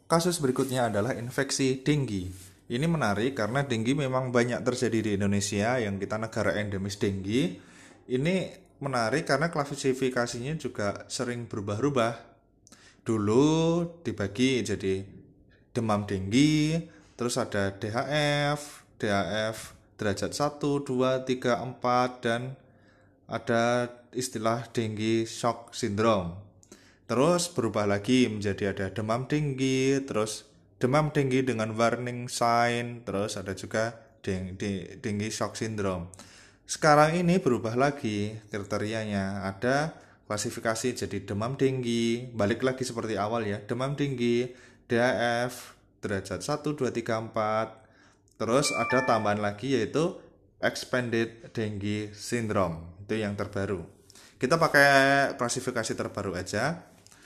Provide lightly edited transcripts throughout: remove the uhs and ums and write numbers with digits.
Kasus berikutnya adalah infeksi denggi. Ini menarik karena denggi memang banyak terjadi di Indonesia, yang kita negara endemis denggi. Ini menarik karena klasifikasinya juga sering berubah-ubah. Dulu dibagi jadi demam denggi, terus ada DHF derajat 1, 2, 3, 4, dan ada istilah denggi shock syndrome. Terus berubah lagi menjadi ada demam tinggi, terus demam tinggi dengan warning sign, terus ada juga denggi shock syndrome. Sekarang ini berubah lagi kriterianya, ada klasifikasi jadi demam tinggi, balik lagi seperti awal ya, demam tinggi, DAF, derajat 1, 2, 3, 4. Terus ada tambahan lagi yaitu expanded dengue syndrome, itu yang terbaru. Kita pakai klasifikasi terbaru aja.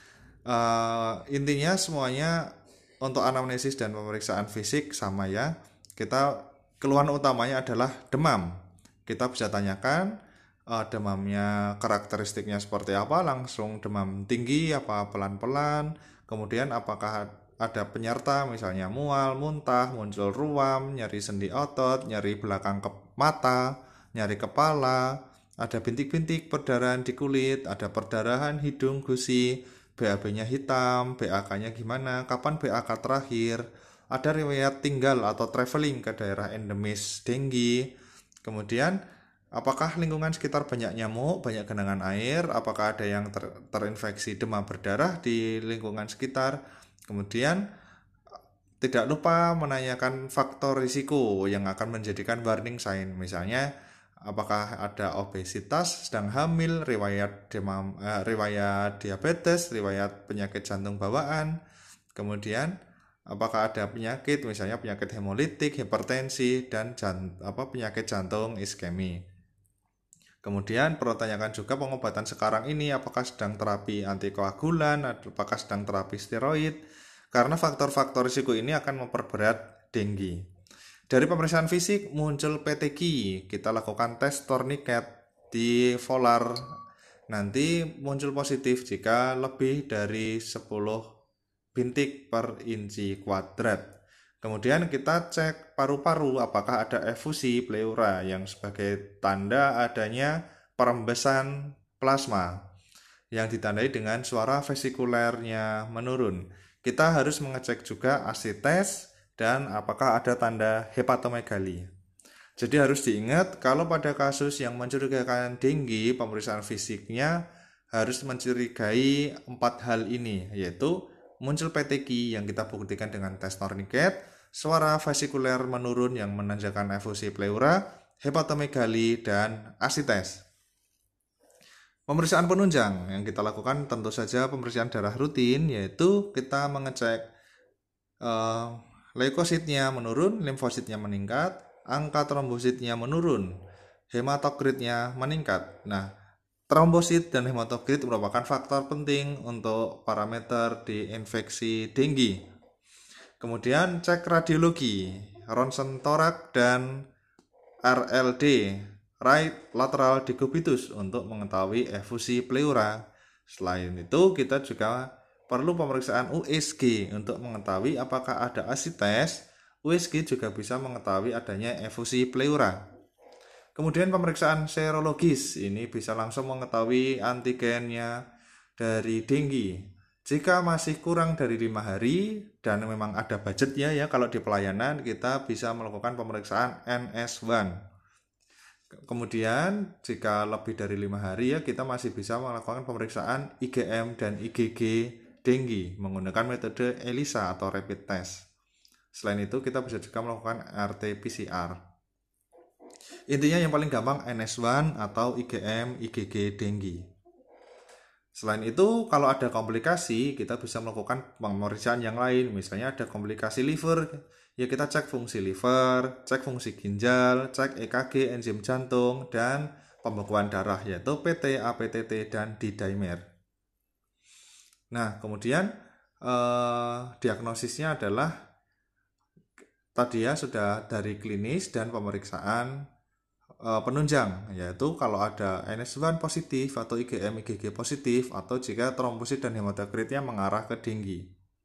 Intinya semuanya untuk anamnesis dan pemeriksaan fisik sama ya. Kita keluhan utamanya adalah demam. Kita bisa tanyakan demamnya karakteristiknya seperti apa, langsung demam tinggi apa pelan-pelan, kemudian apakah ada penyerta misalnya mual, muntah, muncul ruam, nyeri sendi otot, nyeri belakang mata, nyeri kepala, ada bintik-bintik perdarahan di kulit, ada perdarahan hidung, gusi, BAB-nya hitam, BAK-nya gimana, kapan BAK terakhir, ada riwayat tinggal atau traveling ke daerah endemis denggi, kemudian apakah lingkungan sekitar banyak nyamuk, banyak genangan air, apakah ada yang terinfeksi demam berdarah di lingkungan sekitar, kemudian tidak lupa menanyakan faktor risiko yang akan menjadikan warning sign, misalnya apakah ada obesitas, sedang hamil, riwayat riwayat diabetes, riwayat penyakit jantung bawaan, kemudian apakah ada penyakit misalnya penyakit hemolitik, hipertensi, dan penyakit jantung iskemi. Kemudian perlu tanyakan juga pengobatan sekarang ini, apakah sedang terapi antikoagulan, apakah sedang terapi steroid, karena faktor-faktor risiko ini akan memperberat denggi. Dari pemeriksaan fisik muncul PTQ, kita lakukan tes tourniquet di volar, nanti muncul positif jika lebih dari 10 bintik per inci kuadrat. Kemudian kita cek paru-paru apakah ada efusi pleura yang sebagai tanda adanya perembesan plasma yang ditandai dengan suara vesikulernya menurun. Kita harus mengecek juga asites dan apakah ada tanda hepatomegali. Jadi harus diingat kalau pada kasus yang mencurigakan denggi, pemeriksaan fisiknya harus mencurigai 4 hal ini, yaitu muncul PTQ yang kita buktikan dengan tes tourniquet, suara vesikuler menurun yang menandakan efusi pleura, hepatomegali, dan asites. Pemeriksaan penunjang yang kita lakukan tentu saja pemeriksaan darah rutin, yaitu kita mengecek leukositnya menurun, limfositnya meningkat, angka trombositnya menurun, hematokritnya meningkat. Nah, trombosit dan hematokrit merupakan faktor penting untuk parameter di infeksi denggi. Kemudian cek radiologi, ronsen torak dan RLD, right lateral decubitus, untuk mengetahui efusi pleura. Selain itu, kita juga perlu pemeriksaan USG untuk mengetahui apakah ada asites. USG juga bisa mengetahui adanya efusi pleura. Kemudian pemeriksaan serologis, ini bisa langsung mengetahui antigennya dari denggi. Jika masih kurang dari 5 hari dan memang ada budgetnya ya, kalau di pelayanan kita bisa melakukan pemeriksaan NS1. Kemudian jika lebih dari 5 hari ya, kita masih bisa melakukan pemeriksaan IgM dan IgG denggi menggunakan metode ELISA atau rapid test. Selain itu kita bisa juga melakukan RT-PCR. Intinya yang paling gampang NS1 atau IgM IgG denggi. Selain itu, kalau ada komplikasi, kita bisa melakukan pemeriksaan yang lain. Misalnya ada komplikasi liver, ya kita cek fungsi liver, cek fungsi ginjal, cek EKG, enzim jantung, dan pembekuan darah, yaitu PT, APTT, dan D-dimer. Nah, kemudian diagnosisnya adalah tadi ya, sudah dari klinis dan pemeriksaan penunjang, yaitu kalau ada NS1 positif atau IgM IgG positif, atau jika trombosit dan hematokritnya mengarah ke denggi.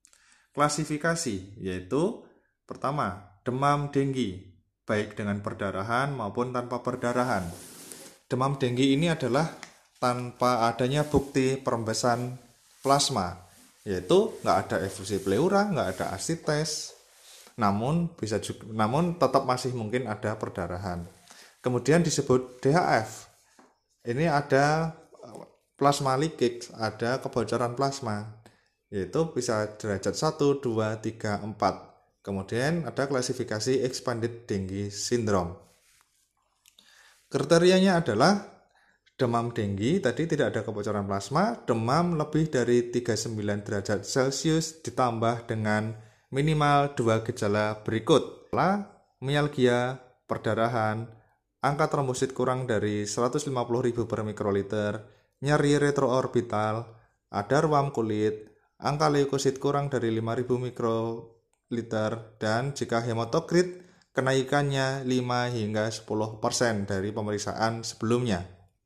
klasifikasi, yaitu pertama, demam denggi, baik dengan perdarahan maupun tanpa perdarahan. Demam denggi ini adalah tanpa adanya bukti perembesan plasma, yaitu nggak ada efusi pleura, nggak ada asites, namun tetap masih mungkin ada perdarahan. Kemudian disebut DHF. Ini ada plasma leakage, ada kebocoran plasma, yaitu bisa derajat 1, 2, 3, 4. Kemudian ada klasifikasi expanded dengue syndrome. Kriterianya adalah demam denggi, tadi tidak ada kebocoran plasma, demam lebih dari 39 derajat Celcius ditambah dengan minimal 2 gejala berikut. Mialgia, perdarahan, angka trombosit kurang dari 150.000 per mikroliter, nyeri retroorbital, ada ruam kulit, angka leukosit kurang dari 5.000 mikroliter, dan jika hematokrit kenaikannya 5 hingga 10% dari pemeriksaan sebelumnya.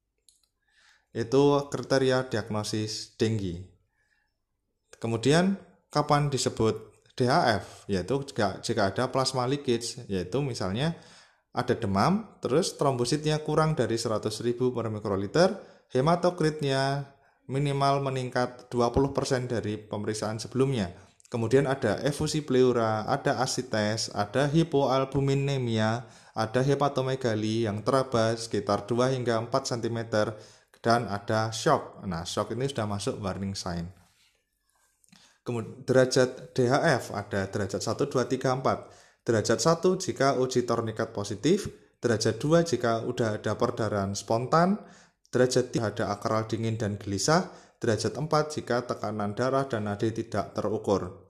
Itu kriteria diagnosis denggi. Kemudian kapan disebut DHF? Yaitu jika ada plasma leakage, yaitu misalnya ada demam, terus trombositnya kurang dari 100.000 per mikroliter, hematokritnya minimal meningkat 20% dari pemeriksaan sebelumnya. Kemudian ada efusi pleura, ada asites, ada hipoalbuminemia, ada hepatomegali yang teraba sekitar 2 hingga 4 cm, dan ada shock. Nah, shock ini sudah masuk warning sign. Kemudian derajat DHF ada derajat 1, 2, 3, 4. Derajat 1 jika uji tornikat positif, derajat 2 jika udah ada perdarahan spontan, derajat 3 ada akral dingin dan gelisah, derajat 4 jika tekanan darah dan nadi tidak terukur.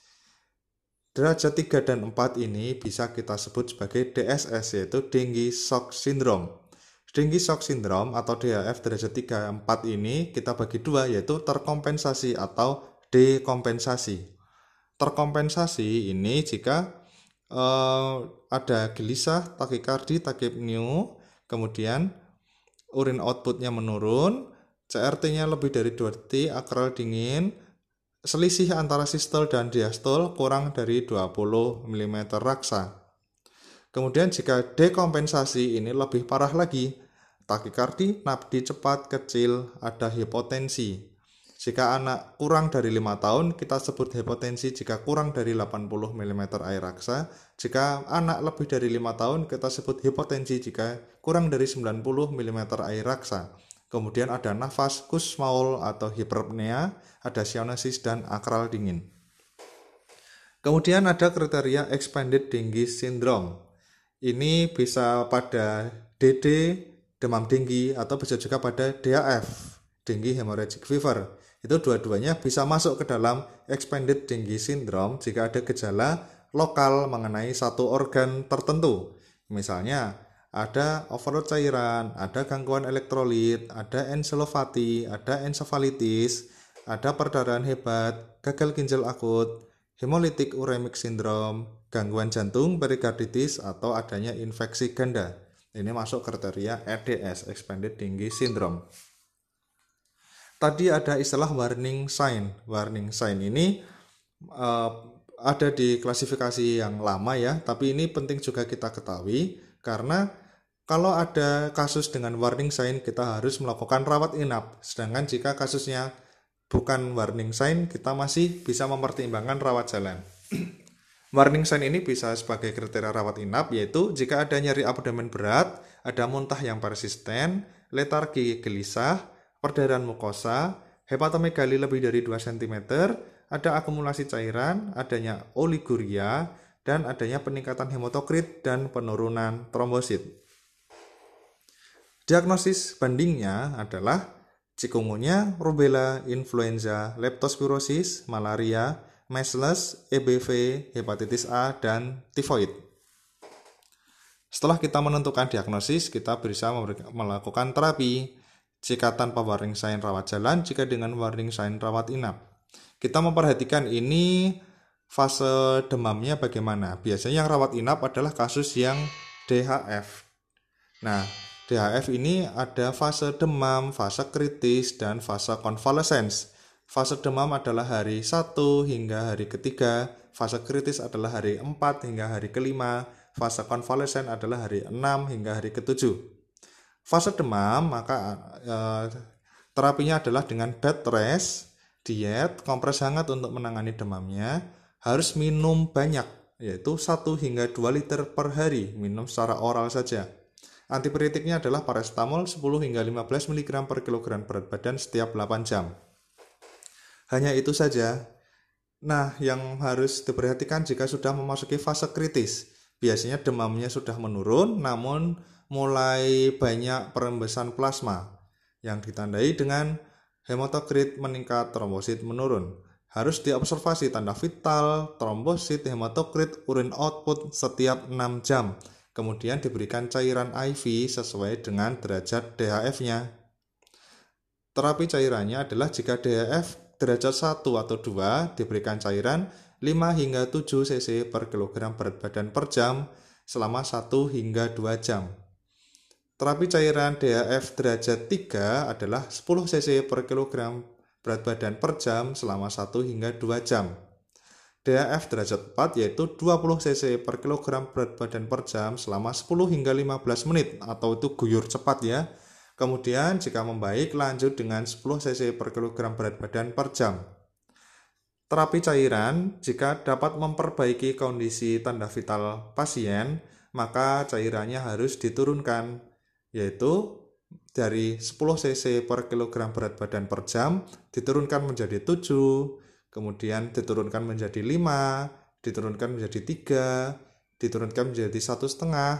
Derajat 3 dan 4 ini bisa kita sebut sebagai DSS, yaitu Dengue Shock Syndrome. Dengue Shock Syndrome atau DHF derajat 3 4 ini kita bagi dua, yaitu terkompensasi atau dekompensasi. Terkompensasi ini jika ada gelisah, takikardi, takipneu, kemudian urin outputnya menurun, CRT-nya lebih dari 2 detik, akral dingin, selisih antara sistol dan diastol kurang dari 20 mm raksa. Kemudian jika dekompensasi ini lebih parah lagi, takikardi, nabdi cepat, kecil, ada hipotensi. Jika anak kurang dari 5 tahun, kita sebut hipotensi jika kurang dari 80 mm air raksa. Jika anak lebih dari 5 tahun, kita sebut hipotensi jika kurang dari 90 mm air raksa. Kemudian ada nafas Kussmaul atau hiperpnea, ada cyanosis dan akral dingin. Kemudian ada kriteria expanded dengue syndrome. Ini bisa pada DD, demam denggi, atau bisa juga pada DHF, dengue hemorrhagic fever. Itu dua-duanya bisa masuk ke dalam expanded dengue syndrome jika ada gejala lokal mengenai satu organ tertentu. Misalnya ada overload cairan, ada gangguan elektrolit, ada encephalopati, ada encephalitis, ada perdarahan hebat, gagal ginjal akut, hemolytic uremic syndrome, gangguan jantung, perikarditis, atau adanya infeksi ganda. Ini masuk kriteria EDS, Expanded Dengue Syndrome. Tadi ada istilah warning sign. Warning sign ini ada di klasifikasi yang lama ya, tapi ini penting juga kita ketahui karena kalau ada kasus dengan warning sign kita harus melakukan rawat inap. Sedangkan jika kasusnya bukan warning sign, kita masih bisa mempertimbangkan rawat jalan. Warning sign ini bisa sebagai kriteria rawat inap, yaitu jika ada nyeri abdomen berat, ada muntah yang persisten, letargi gelisah, perdarahan mukosa, hepatomegali lebih dari 2 cm, ada akumulasi cairan, adanya oliguria, dan adanya peningkatan hematokrit dan penurunan trombosit. Diagnosis bandingnya adalah chikungunya, rubella, influenza, leptospirosis, malaria, measles, EBV, hepatitis A, dan tifoid. Setelah kita menentukan diagnosis, kita bisa melakukan terapi. Jika tanpa warning sign rawat jalan, jika dengan warning sign rawat inap. Kita memperhatikan ini fase demamnya bagaimana. Biasanya yang rawat inap adalah kasus yang DHF. Nah, DHF ini ada fase demam, fase kritis, dan fase convalescence. Fase demam adalah hari 1 hingga hari ketiga, fase kritis adalah hari 4 hingga hari kelima, fase konvalesen adalah hari 6 hingga hari ketujuh. Fase demam, maka terapinya adalah dengan bed rest, diet, kompres hangat untuk menangani demamnya, harus minum banyak, yaitu 1 hingga 2 liter per hari, minum secara oral saja. Antipiretiknya adalah paracetamol 10 hingga 15 mg per kilogram berat badan setiap 8 jam. Hanya itu saja. Nah, yang harus diperhatikan jika sudah memasuki fase kritis. Biasanya demamnya sudah menurun, namun mulai banyak perembesan plasma yang ditandai dengan hematokrit meningkat, trombosit menurun. Harus diobservasi tanda vital, trombosit, hematokrit, urin output setiap 6 jam. Kemudian diberikan cairan IV sesuai dengan derajat DHF-nya. Terapi cairannya adalah jika DHF derajat 1 atau 2 diberikan cairan 5 hingga 7 cc per kilogram berat badan per jam selama 1 hingga 2 jam. Terapi cairan DHF derajat 3 adalah 10 cc per kilogram berat badan per jam selama 1 hingga 2 jam. DHF derajat 4 yaitu 20 cc per kilogram berat badan per jam selama 10 hingga 15 menit atau itu guyur cepat ya. Kemudian jika membaik lanjut dengan 10 cc per kilogram berat badan per jam. Terapi cairan jika dapat memperbaiki kondisi tanda vital pasien, maka cairannya harus diturunkan, yaitu dari 10 cc per kilogram berat badan per jam diturunkan menjadi 7, kemudian diturunkan menjadi 5, diturunkan menjadi 3, diturunkan menjadi 1,5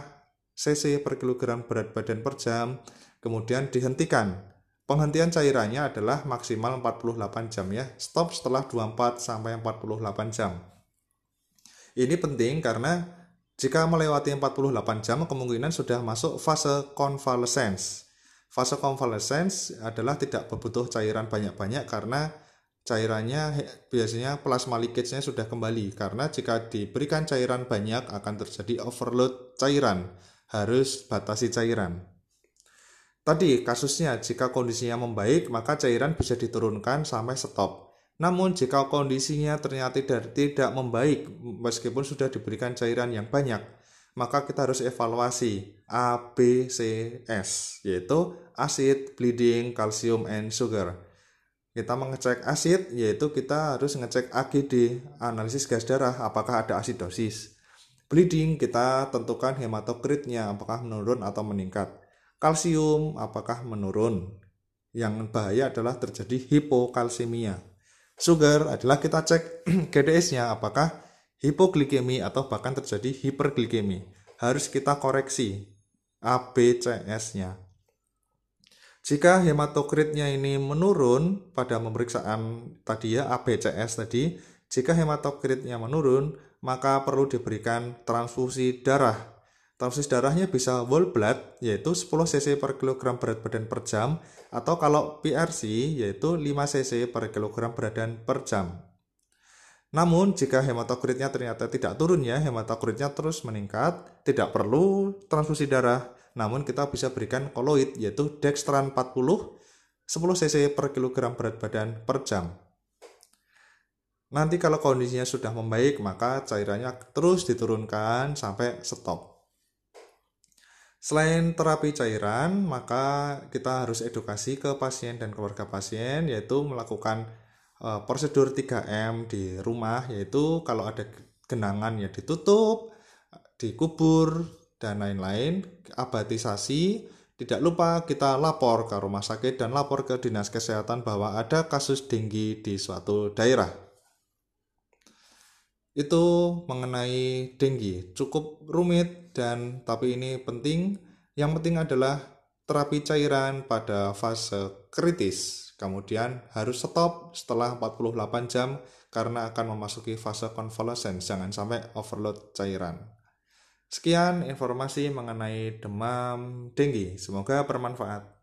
cc per kilogram berat badan per jam, kemudian dihentikan. Penghentian cairannya adalah maksimal 48 jam ya, stop setelah 24 sampai 48 jam. Ini penting karena jika melewati 48 jam kemungkinan sudah masuk fase convalescence. Fase convalescence adalah tidak berbutuh cairan banyak-banyak karena cairannya biasanya plasma leakage-nya sudah kembali, karena jika diberikan cairan banyak akan terjadi overload cairan, harus batasi cairan. Tadi kasusnya jika kondisinya membaik maka cairan bisa diturunkan sampai stop. Namun jika kondisinya ternyata tidak membaik meskipun sudah diberikan cairan yang banyak, maka kita harus evaluasi ABCS, yaitu acid, bleeding, calcium, and sugar. Kita mengecek asid, yaitu kita harus ngecek AGD, analisis gas darah, apakah ada asidosis. Bleeding, kita tentukan hematokritnya, apakah menurun atau meningkat. Kalsium, apakah menurun. Yang bahaya adalah terjadi hipokalsemia. Sugar adalah kita cek GDS-nya, apakah hipoglikemi atau bahkan terjadi hiperglikemi. Harus kita koreksi ABCS-nya. Jika hematokritnya ini menurun pada pemeriksaan tadi ya, ABCS tadi, jika hematokritnya menurun, maka perlu diberikan transfusi darah. Transfusi darahnya bisa whole blood, yaitu 10 cc per kilogram berat badan per jam, atau kalau PRC, yaitu 5 cc per kilogram berat badan per jam. Namun, jika hematokritnya ternyata tidak turun ya, hematokritnya terus meningkat, tidak perlu transfusi darah, namun kita bisa berikan koloid, yaitu dextran 40, 10 cc per kilogram berat badan per jam. Nanti kalau kondisinya sudah membaik, maka cairannya terus diturunkan sampai stop. Selain terapi cairan, maka kita harus edukasi ke pasien dan keluarga pasien, yaitu melakukan prosedur 3M di rumah, yaitu kalau ada genangan ya ditutup, dikubur, dan lain-lain, abatisasi. Tidak lupa kita lapor ke rumah sakit dan lapor ke dinas kesehatan bahwa ada kasus denggi di suatu daerah. Itu mengenai denggi, cukup rumit tapi ini penting. Yang penting adalah terapi cairan pada fase kritis, kemudian harus stop setelah 48 jam karena akan memasuki fase convalescence, jangan sampai overload cairan. Sekian informasi mengenai demam denggi, semoga bermanfaat.